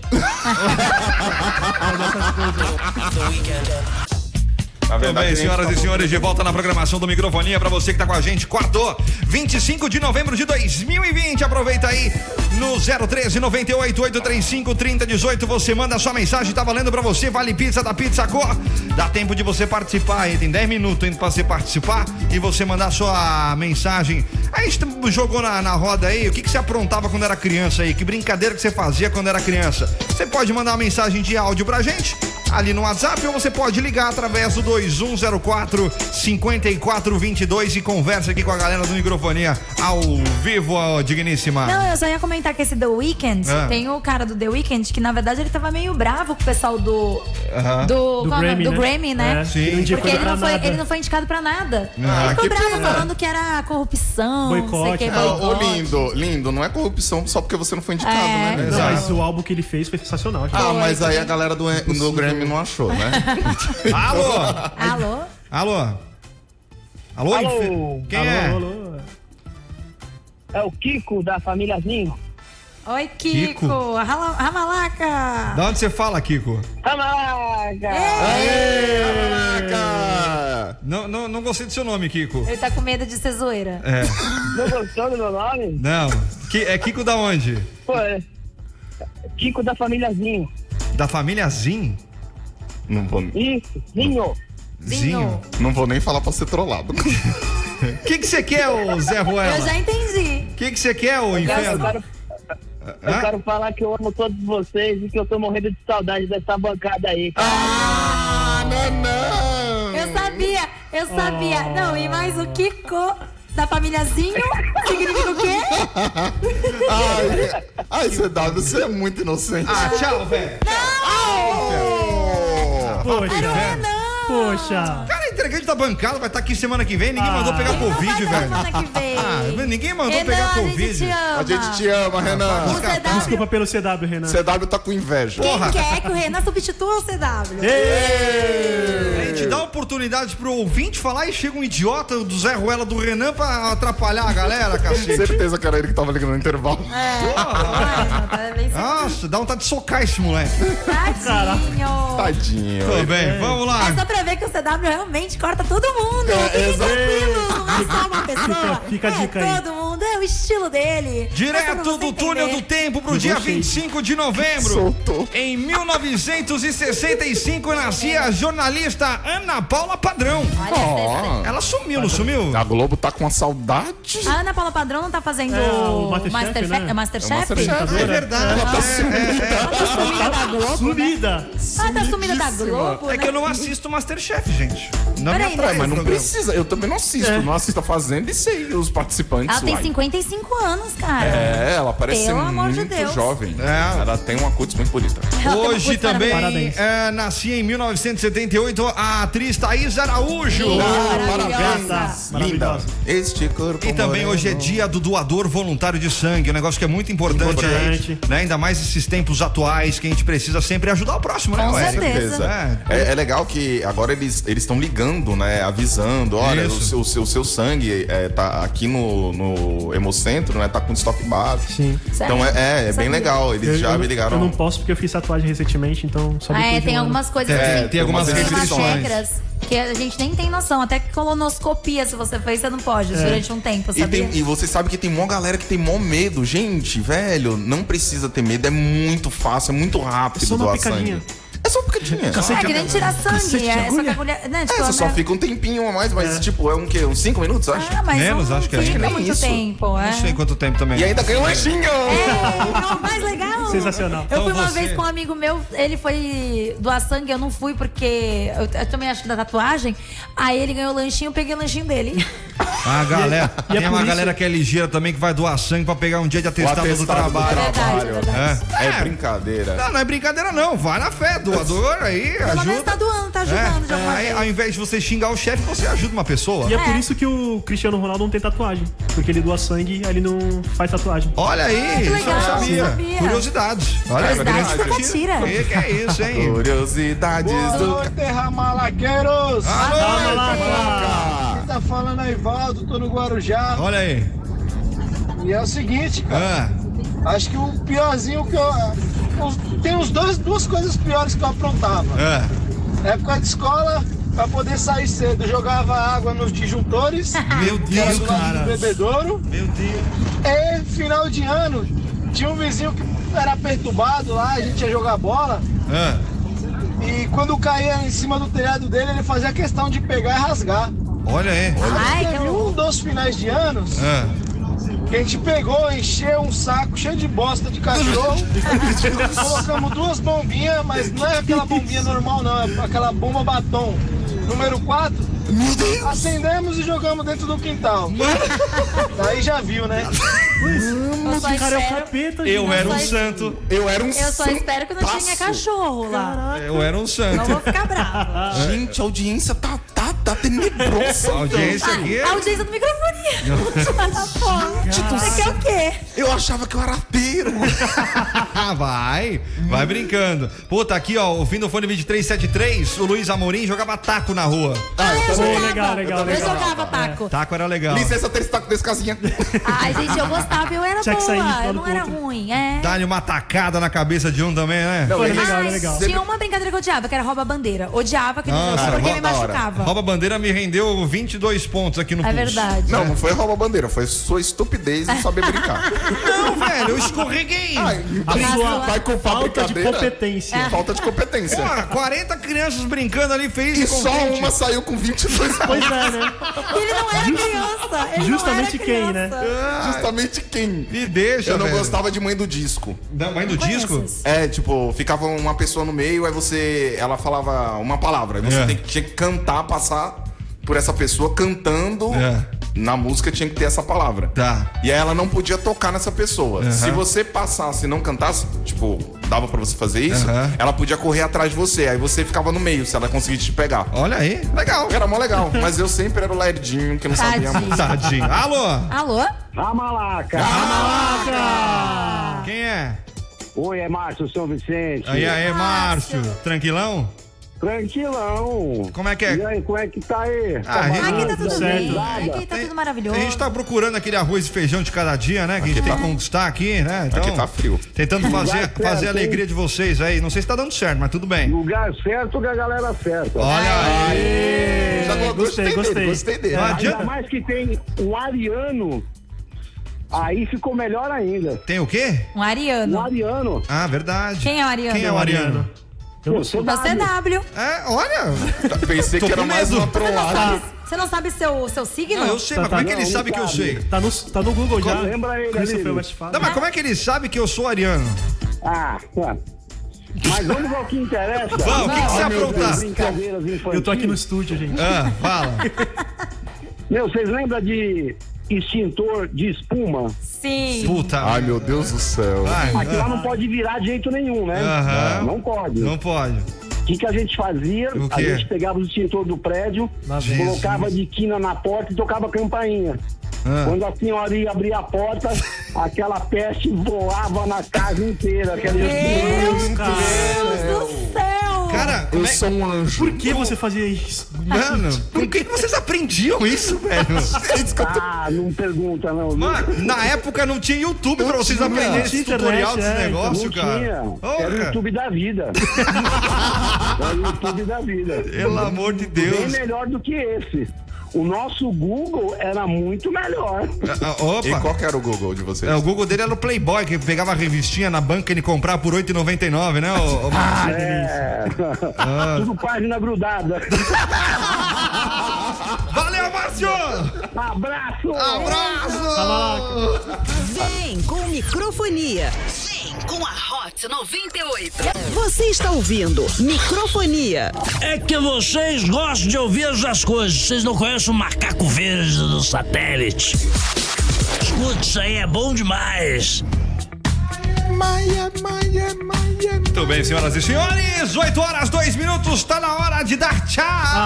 Tudo bem, senhoras e senhores, de volta na programação do Microfonia pra você que tá com a gente. Quarto, vinte e cinco de novembro de dois mil e vinte. Aproveita aí no zero treze, noventa e oito, oito três cinco, trinta, dezoito. Você manda sua mensagem, tá valendo pra você. Vale Pizza da Pizza Co. Dá tempo de você participar aí. Tem dez minutos ainda pra você participar e você mandar sua mensagem. A gente jogou na, na roda aí. O que, que você aprontava quando era criança aí? Que brincadeira que você fazia quando era criança? Você pode mandar uma mensagem de áudio pra gente. ali no WhatsApp ou você pode ligar através do dois um zero quatro, cinco quatro dois dois e conversa aqui com a galera do Microfonia ao vivo, ó, digníssima. Não, eu só ia comentar que esse The Weeknd, Ah. tem o cara do The Weeknd que na verdade ele tava meio bravo com o pessoal do Aham. do, Do qual é o nome? Grammy, do né? Grammy, né? É, sim. Não indicou Porque ele pra não, foi, nada. ele não foi indicado pra nada. Ah, ele ficou que bravo pena. falando que era corrupção, não sei o Boicote. que, Ah, ô, boicote. lindo, lindo, não é corrupção só porque você não foi indicado, É. né? Não, mas o álbum que ele fez foi sensacional. gente. Ah, mas aí a galera do, do Grammy não achou, né? Alô? Alô? Alô? Alô? Alô? infe- Quem Alô, é? alô. É o Kiko da família Zinho. Oi, Kiko. Kiko. Rala- Ramalaca. Da onde você fala, Kiko? Caraca! Caraca! Não, não, não gostei do seu nome, Kiko. Ele tá com medo de ser zoeira. É. Não gostou do meu nome? Não. Que, é Kiko da onde? Pô, é. Kiko da família Zinho. Da família Zin? Não vou, Isso, Zinho. Zinho. não vou nem falar pra ser trollado. O que que você quer, ô Zé Ruela? Eu já entendi. O que que você quer, ô Eu inferno? quero, eu Hã? quero falar que eu amo todos vocês e que eu tô morrendo de saudade dessa bancada aí. Ah, não, não! Eu sabia, eu sabia. Não, e mais o Kiko da família Zinho significa o quê? Ai, ai, C W, você é muito inocente. Ah, tchau, velho. Poxa, Era o Renan. poxa. Cara, integrante da bancada vai estar aqui semana que vem. Ninguém Ah. mandou pegar Ele não vai Covid, estar velho. semana que vem. Ah, ninguém mandou Renan, pegar a gente Covid. te ama. A gente te ama, Renan. O C W. Desculpa pelo C W, Renan. C W tá com inveja. Quem quer que o Renan substitua o C W? A gente dá oportunidade pro ouvinte falar e chega um idiota do Zé Ruela do Renan pra atrapalhar a galera, cacete. Certeza que era ele que tava ligando no intervalo. É, Renan, tá bem sem- Nossa, dá vontade de socar esse moleque. Tadinho. Tadinho. Tudo bem, vamos lá. É só pra ver que o C W realmente corta todo mundo. É, Fiquem exato. tranquilos, não é só uma pessoa. fica a é dica aí. todo mundo, é o estilo dele. É só pra Direto você do túnel entender. do tempo pro dia gostei. vinte e cinco de novembro. Soltou. Em mil novecentos e sessenta e cinco nascia a jornalista Ana Paula Padrão. Olha, Ela sumiu, não sumiu? A Globo tá com uma saudade. a Ana Paula Padrão não tá fazendo É, o Masterchef, Masterchef? né? É Masterchef? É o Masterchef. É verdade. Ela tá É, Ela tá sumida da Globo, né? Sumida. Ela tá sumida da Globo, é, é né? que eu não assisto Masterchef, gente. Não Peraí, me atrai né? Mas não o programa. precisa, eu também não assisto. É. Não assisto a Fazenda e sei os participantes. Ela tem uai. cinquenta e cinco anos, cara. É, ela parece Pelo ser amor de muito Deus. jovem. É. Ela tem uma cutis muito bonita. Ela tem uma Hoje puta também Parabéns. é, nascia em mil novecentos e setenta e oito a atriz Thaís Araújo. Sim, Ah, maravilhosa. Parabéns. Linda. Maravilhosa. Este corpo E também moreno. hoje é dia do doador voluntário de sangue, um negócio que é muito importante, Importante. aí, né? Ainda mais esses tempos atuais que a gente precisa sempre ajudar o próximo, né, Com ué? certeza. É. É, é legal que agora eles eles estão ligando, né? Avisando, olha, o Isso. seu, o seu, o seu sangue é, tá aqui no, no Hemocentro, né? Tá com estoque básico. Sim. Sério? Então é, é, é bem Sabia. legal. Eles Eu, já eu, me ligaram. eu não posso porque eu fiz tatuagem recentemente, então só Ah, depois é, de tem um ano. algumas coisas É, assim. tem algumas Tem umas restrições. regras que a gente nem tem noção. Até que colonoscopia, se você fez, você não pode durante um tempo, E, sabia? tem- e você sabe que tem uma galera que tem mó medo. Gente, velho, não precisa ter medo. É muito fácil, é muito rápido É só uma doar picadinha. sangue. É só uma picadinha. É que nem tirar sangue, Cacete de é só agulha. que a agulha. Né, É, tipo, você só né? fica um tempinho a mais, mas tipo, é um quê? Uns cinco minutos, acho? Ah, mas Menos, não acho que é. fica Acho que nem muito isso. tempo, é. Não sei quanto tempo também. E ainda ganha um lanchinho! É, não, mais legal. Sensacional. Eu Então fui uma você- vez com um amigo meu, ele foi doar sangue, eu não fui porque eu, eu também acho que da tatuagem. Aí ele ganhou o lanchinho, eu peguei o lanchinho dele. A galera, E é tem por uma isso- galera que é ligeira também que vai doar sangue pra pegar um dia de atestado, do atestado do trabalho. Verdade, é verdade. É. É brincadeira. Não, não é brincadeira não, vai na fé, doador aí, Pelo menos ajuda. tá doando, tá ajudando de É, alguma aí, vez. ao invés de você xingar o chefe, você ajuda uma pessoa. E é, É. por isso que o Cristiano Ronaldo não tem tatuagem. Porque ele doa sangue e aí ele não faz tatuagem. Olha aí, Ah, que isso eu legal, não sabia. não sabia. Curiosidades. Olha, Curiosidade é por catira. Que, que é isso, hein? Curiosidades Boa do. noite, ramalaqueiros! Malaca! Quem tá falando é Ivaldo, tô no Guarujá. Olha aí. E é o seguinte, cara. Ah, Acho que o piorzinho que eu. os- Tem uns dois, duas coisas piores que eu aprontava. ah. Época de escola, pra poder sair cedo, eu jogava água nos disjuntores. Meu que era Deus, do lado cara. do bebedouro. Meu Deus. E final de ano, tinha um vizinho que era perturbado lá, a gente ia jogar bola. Ah. E quando caía em cima do telhado dele, ele fazia questão de pegar e rasgar. Olha aí. Ai, que Teve um dos finais de anos Ah. que a gente pegou, encheu um saco cheio de bosta de cachorro, colocamos duas bombinhas, mas não é aquela bombinha normal não, é aquela bomba batom número quatro. Acendemos e jogamos dentro do quintal. Daí já viu, né? Eu só cara é o espero- capeta, Eu gente. era um só- santo. Eu era um Eu só espero que não tinha cachorro lá. Eu era um santo. Não vou ficar brava. Gente, a audiência tá, tá, tá tenebrosa. A audiência aqui é- A audiência do microfone. Porra, você quer o quê? Eu achava que eu era ateiro. vai, vai brincando. Pô, tá aqui, ó, ouvindo o fone vinte e três setenta e três, o Luiz Amorim jogava taco na rua. Ah, eu Pô, jogava. legal, legal, Eu legal. jogava taco. Taco era legal. Licença, ter esse taco desse casinha. Ai, gente, eu gostava, eu era Tinha que sair de boa. fora Eu do não era ponto. ruim, é. Dá-lhe uma tacada na cabeça de um também, né? Não, Foi ele- legal, Ai, legal. tinha uma brincadeira que eu odiava, que era rouba-bandeira. Odiava aquele Nossa, jogo porque cara, me da hora. machucava. Rouba bandeira me rendeu vinte e dois pontos aqui no É pulso. verdade. Não, não foi roubar bandeira, foi sua estupidez de saber brincar. Não, velho, eu escorreguei. Ai, A então sua vai culpar a falta de brincadeira? competência. Falta de competência. Porra, quarenta crianças brincando ali, fez E e só contente. uma saiu com vinte e dois pontos. Pois é, né? Ele não era criança. Ele Justamente não era quem, né? criança. Justamente quem? Me deixa, Eu não velho. gostava de Mãe do Disco. Da mãe do disco? Conheço. É, tipo, ficava uma pessoa no meio, aí você. Ela falava uma palavra. Aí você É. tem que, tinha que cantar, passar por essa pessoa cantando. É. Na música tinha que ter essa palavra. Tá. E aí ela não podia tocar nessa pessoa. Aham. Se você passasse e não cantasse, tipo, dava pra você fazer isso, Aham. ela podia correr atrás de você. Aí você ficava no meio, se ela conseguisse te pegar. Olha aí, legal. Era mó legal. Mas eu sempre era o lerdinho que não sabia a Tadinho. música. Tadinho. Alô? Alô? A malaca. Quem é? Oi, é Márcio São Vicente. Aí, aí, Márcio. Tranquilão? Tranquilão. Como é que é? E aí, como é que tá aí? Ah, a gente- Aqui tá tudo certo. bem. Aqui tá tudo maravilhoso. A gente tá procurando aquele arroz e feijão de cada dia, né? Que a gente tem que conquistar aqui, né? Então, Aqui tá frio. tentando fazer, Lugar certo, fazer a hein? alegria de vocês aí. Não sei se tá dando certo, mas tudo bem. Lugar certo com a galera certa. Olha aí. Já Gostei, gostei, dele, gostei. gostei dele. Não Ainda adianta. mais que tem um ariano. Aí ficou melhor ainda. Tem o quê? Um Um ariano. ariano. Ah, verdade. Quem é o ariano? Quem é o Ariano? Eu não sei. O C W. É, olha. Pensei Tô que era com mais medo. uma Você não trollada. sabe, você não sabe seu, seu signo? Não, eu sei, mas Tá, como é tá. que ele Não, sabe não que eu sabe. sei? Tá no, tá no Google já. Lembra ele, Christopher amigo. Westphalen. Não, mas como é que ele sabe que eu sou ariano? Ah, tá. Mas vamos ao que interessa. Vamos, o que que você Ai, meu aprontar? Deus, brincadeiras infantis. Eu tô aqui no estúdio, gente. Ah, fala. Meu, vocês lembram de extintor de espuma? Sim. Puta. Ai, meu Deus do céu. Ai, Aqui lá não pode virar de jeito nenhum, né? Aham. Não pode. Não pode. O que, que a gente fazia? O A quê? gente pegava o extintor do prédio, Jesus. colocava de quina na porta e tocava campainha. Ah. Quando a senhora ia abrir a porta, aquela peste voava na casa inteira. Aquela Meu Deus do céu. Cara, Eu como é... sou um anjo. Por que você fazia isso? Mano, com quem que vocês aprendiam isso, velho? Ah, não pergunta, não. Mano, na época não tinha YouTube pra vocês tinha. aprenderem esse Tinha tutorial internet, desse é, negócio, não cara. tinha. Era o Porra, YouTube da vida. Era o YouTube da vida. pelo amor de Bem Deus. melhor do que esse. O nosso Google era muito melhor. Ah, ah, E Opa. qual que era o Google de vocês? É, o Google dele era o Playboy, que pegava a revistinha na banca e ele comprava por oito reais e noventa e nove centavos, né? ô- ô, Márcio? É. Ah. Tudo página grudada. Valeu, Márcio! Abraço! Abraço! Vem com microfonia. Vem com a Hot noventa e oito. Você está ouvindo Microfonia. É que vocês gostam de ouvir as coisas. Vocês não conhecem o macaco verde do satélite. Escuta, isso aí é bom demais. Muito bem, senhoras e senhores, oito horas, dois minutos, tá na hora de dar tchau!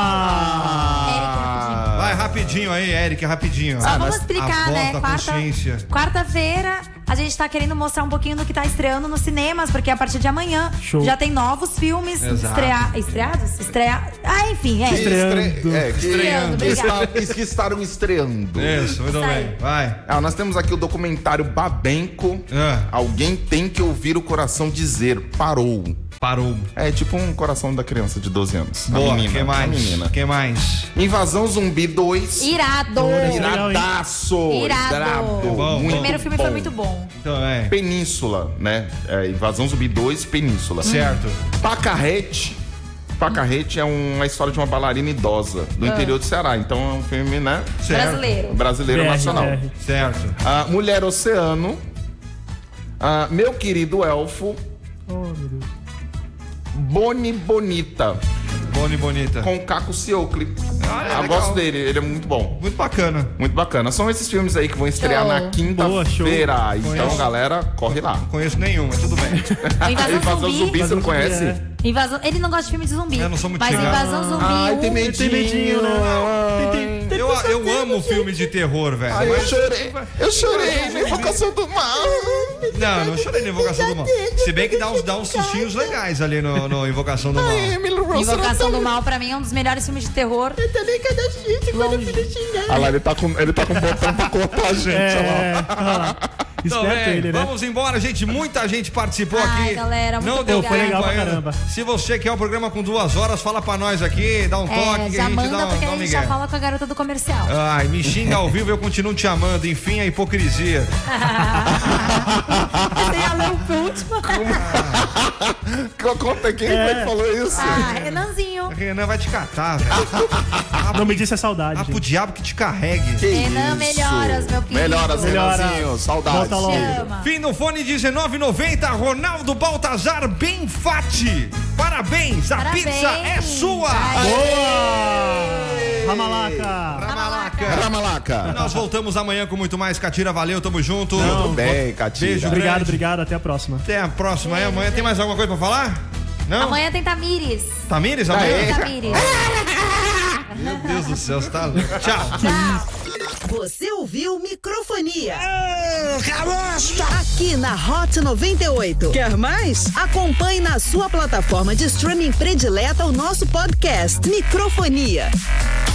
Ah. Vai rapidinho aí, Eric, rapidinho. Só Ah, vamos mas explicar, a né? volta à Quarta- consciência. Quarta-feira, a gente tá querendo mostrar um pouquinho do que tá estreando nos cinemas, porque a partir de amanhã Show. já tem novos filmes Exato. estrea... estreados? Estrea... Ah, enfim, é. Que Estreando. estre- É, que, Estreando, que, obrigada. está- que estaram estreando. Isso, muito Isso aí. bem, vai. Ah, nós temos aqui o documentário Babenco. Ah. Alguém tem que ouvir o coração dizer parou. Parou. É tipo um coração da criança de doze anos. A Boa, menina, que a mais? menina. Que mais? Invasão Zumbi dois. Irado! Legal, hein? Iradaço. Irado. Brabo. Bom, O muito primeiro filme bom. foi muito bom. Então, é. Península, né? É, Invasão Zumbi dois, Península. Certo. Pacarrete. Pacarrete é uma história de uma bailarina idosa do Ah. interior do Ceará. Então é um filme, né? Brasileiro. Brasileiro B R, nacional. B R. Certo. Ah, Mulher Oceano. Ah, Meu Querido Elfo. Oh, meu Deus. Boni Bonita. Boni Bonita. Com Caco Ciocli. Ah, é Eu legal. gosto dele, ele é muito bom. Muito bacana. Muito bacana. São esses filmes aí que vão estrear Show. na Boa, quinta-feira. show. Então, Conheço. galera, corre lá. Conheço nenhum, mas tudo bem. Invasão Invasão Zumbi. Zumbi, você não Invasão Zumbi, conhece? é. Invasão... Ele não gosta de filme de zumbi. Eu não sou muito Mas chegado. Invasão Zumbi. Ai, tem um- medinho. Tem medinho, né? Tem- tem- tem Eu, pesadelo, eu amo gente. filme de terror, velho. Ai, eu mas- chorei. Eu chorei na Invocação do Mal. Não, não chorei na Invocação do Mal. Se bem que dá uns, dá uns sustinhos legais ali no, no Invocação do Mal. Ai, Emily Rose. Invocação do Mal, pra mim, é um dos melhores filmes de terror. Longe. Olha lá, ele tá com, ele tá com um botão pra cortar a gente, É, olha lá. olha lá. Então, Esperto bem, ele, né? vamos embora, gente. Muita gente participou Ai, aqui. galera, muito não deu obrigada. tempo Foi legal pra ainda. caramba. Se você quer o programa com duas horas, fala pra nós aqui, dá um toque É, que já a gente manda dá, um- porque dá a um gente já migué. fala com a garota do comercial. Ai, me xinga ao vivo, eu continuo te amando. Enfim, a hipocrisia. Você ia ler o último. Conta quem É. foi que falou isso. Ah, Renanzinho. Renan vai te catar, velho. Não me disse é saudade. Ah, pro gente. diabo que te carregue. Que Renan, isso. melhoras, meu querido. Melhoras, Melhora. Renanzinho. Saudades. Volta logo. Te ama. Fim do fone dezenove e noventa, Ronaldo Baltazar Benfatti. Parabéns, a Parabéns. pizza é sua. Ai. Boa! Ramalaca! Ramalaca. Ramalaca. Nós voltamos amanhã com muito mais. Catira, valeu, tamo junto. Tudo bem, Catira. Beijo, Obrigado, grande. obrigado. Até a próxima. Até a próxima. Aí amanhã tem mais alguma coisa pra falar? Não? Amanhã tem Tamires. Tamires, amanhã? Aê. Tamires. Meu Deus do céu, você tá louco. Tchau. Tchau. Você ouviu Microfonia. Acabou! Aqui na Hot noventa e oito. Quer mais? Acompanhe na sua plataforma de streaming predileta o nosso podcast Microfonia.